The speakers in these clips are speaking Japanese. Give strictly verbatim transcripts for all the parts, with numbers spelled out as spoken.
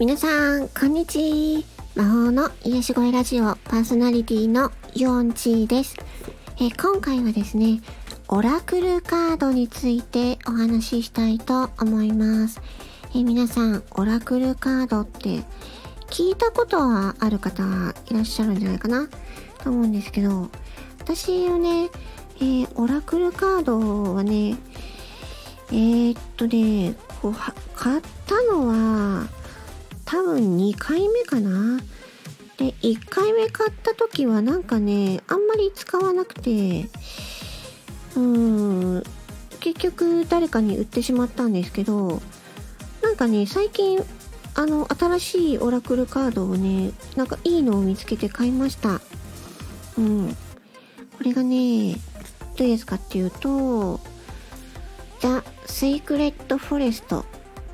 皆さんこんにちは。魔法の癒し声ラジオパーソナリティのヨンチーです。えー、今回はですねオラクルカードについてお話ししたいと思います。えー、皆さんオラクルカードって聞いたことはある方いらっしゃるんじゃないかなと思うんですけど、私はね、えー、オラクルカードはねえー、っとねこうは買ったのは多分にかいめかな。でいっかいめ買った時はなんかねあんまり使わなくてうーん結局誰かに売ってしまったんですけど、なんかね最近あの新しいオラクルカードをねなんかいいのを見つけて買いました。うんこれがねどういうやつかっていうとザ・セイクレット・フォレスト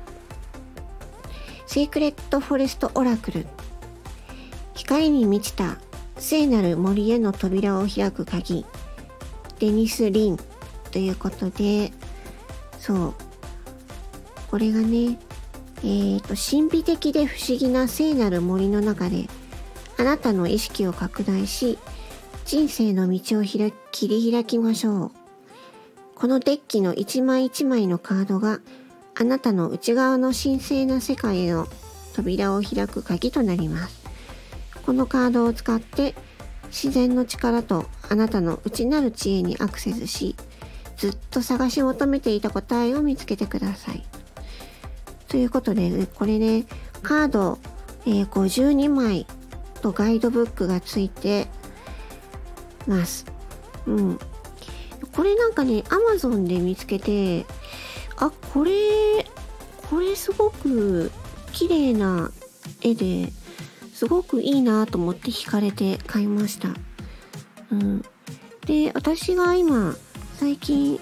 セイクレット・フォレスト・オラクル、光に満ちた聖なる森への扉を開く鍵、デニス・リンということで、そうこれがねえーと神秘的で不思議な聖なる森の中であなたの意識を拡大し人生の道を開切り開きましょう。このデッキの一枚一枚のカードがあなたの内側の神聖な世界への扉を開く鍵となります。このカードを使って自然の力とあなたの内なる知恵にアクセスし、ずっと探し求めていた答えを見つけてください。ということで、ね、これねカード、えー、ごじゅうにまいとガイドブックがついてます。うん。これなんかね Amazon で見つけて、あこれこれすごく綺麗な絵ですごくいいなと思って惹かれて買いました。うん。で私が今最近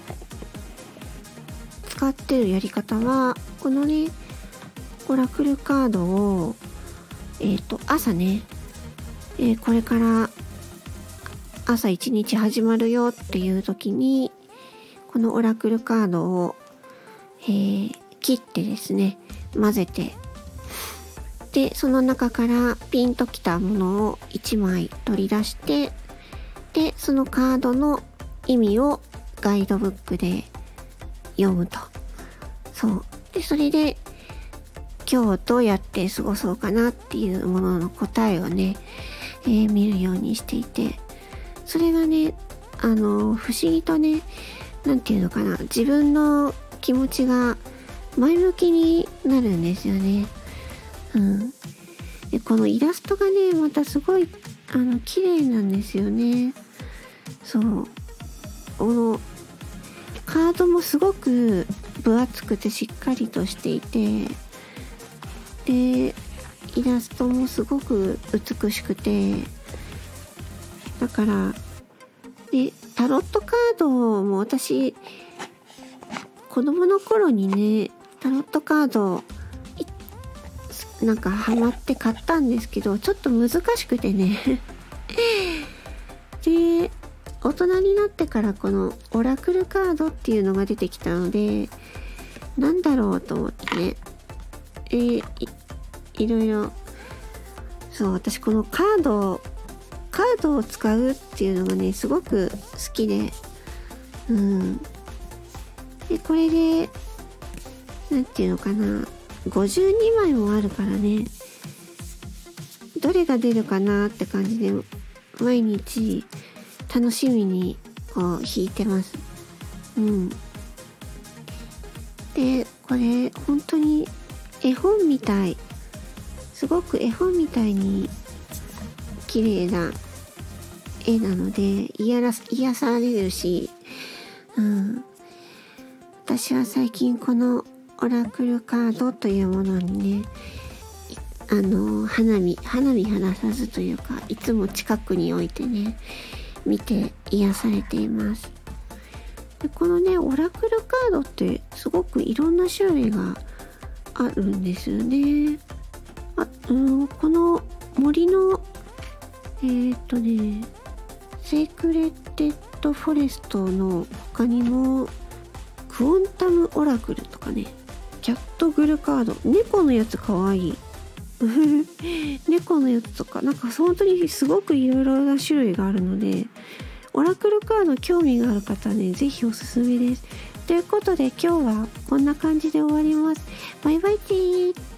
使ってるやり方はこのねオラクルカードをえっと朝ね、えー、これから朝一日始まるよっていう時にこのオラクルカードを、えー、切ってですね混ぜて、でその中からピンときたものをいちまい取り出して、でそのカードの意味をガイドブックで読むと、そうでそれで今日どうやって過ごそうかなっていうものの答えをね、えー、見るようにしていて、それがねあの不思議とねなんていうのかな、自分の気持ちが前向きになるんですよね。うん。でこのイラストがねまたすごいあの綺麗なんですよね。そうこのカードもすごく分厚くてしっかりとしていて、でイラストもすごく美しくて、だからでタロットカードも私子供の頃にねタロットカードなんかハマって買ったんですけど、ちょっと難しくてねで大人になってからこのオラクルカードっていうのが出てきたので、なんだろうと思ってね、えー、い, いろいろそう私このカードカードを使うっていうのがねすごく好きで、うんでこれでなんていうのかなごじゅうにまいもあるからね、どれが出るかなって感じで毎日楽しみにこう引いてます。うんでこれ本当に絵本みたい、すごく絵本みたいに綺麗な絵なので癒ら癒されるし、うん、私は最近このオラクルカードというものにねあの花見花見離さずというかいつも近くに置いてね見て癒されています。でこのねオラクルカードってすごくいろんな種類があるんですよね。あ、うん、この森のえーっとねセイクレッテッドフォレストの他にもクォンタムオラクルとかね、キャットグルカード、猫のやつかわいい。 猫のやつとかなんか本当にすごくいろいろな種類があるので、オラクルカード興味がある方はねぜひおすすめです。ということで今日はこんな感じで終わります。バイバイチー。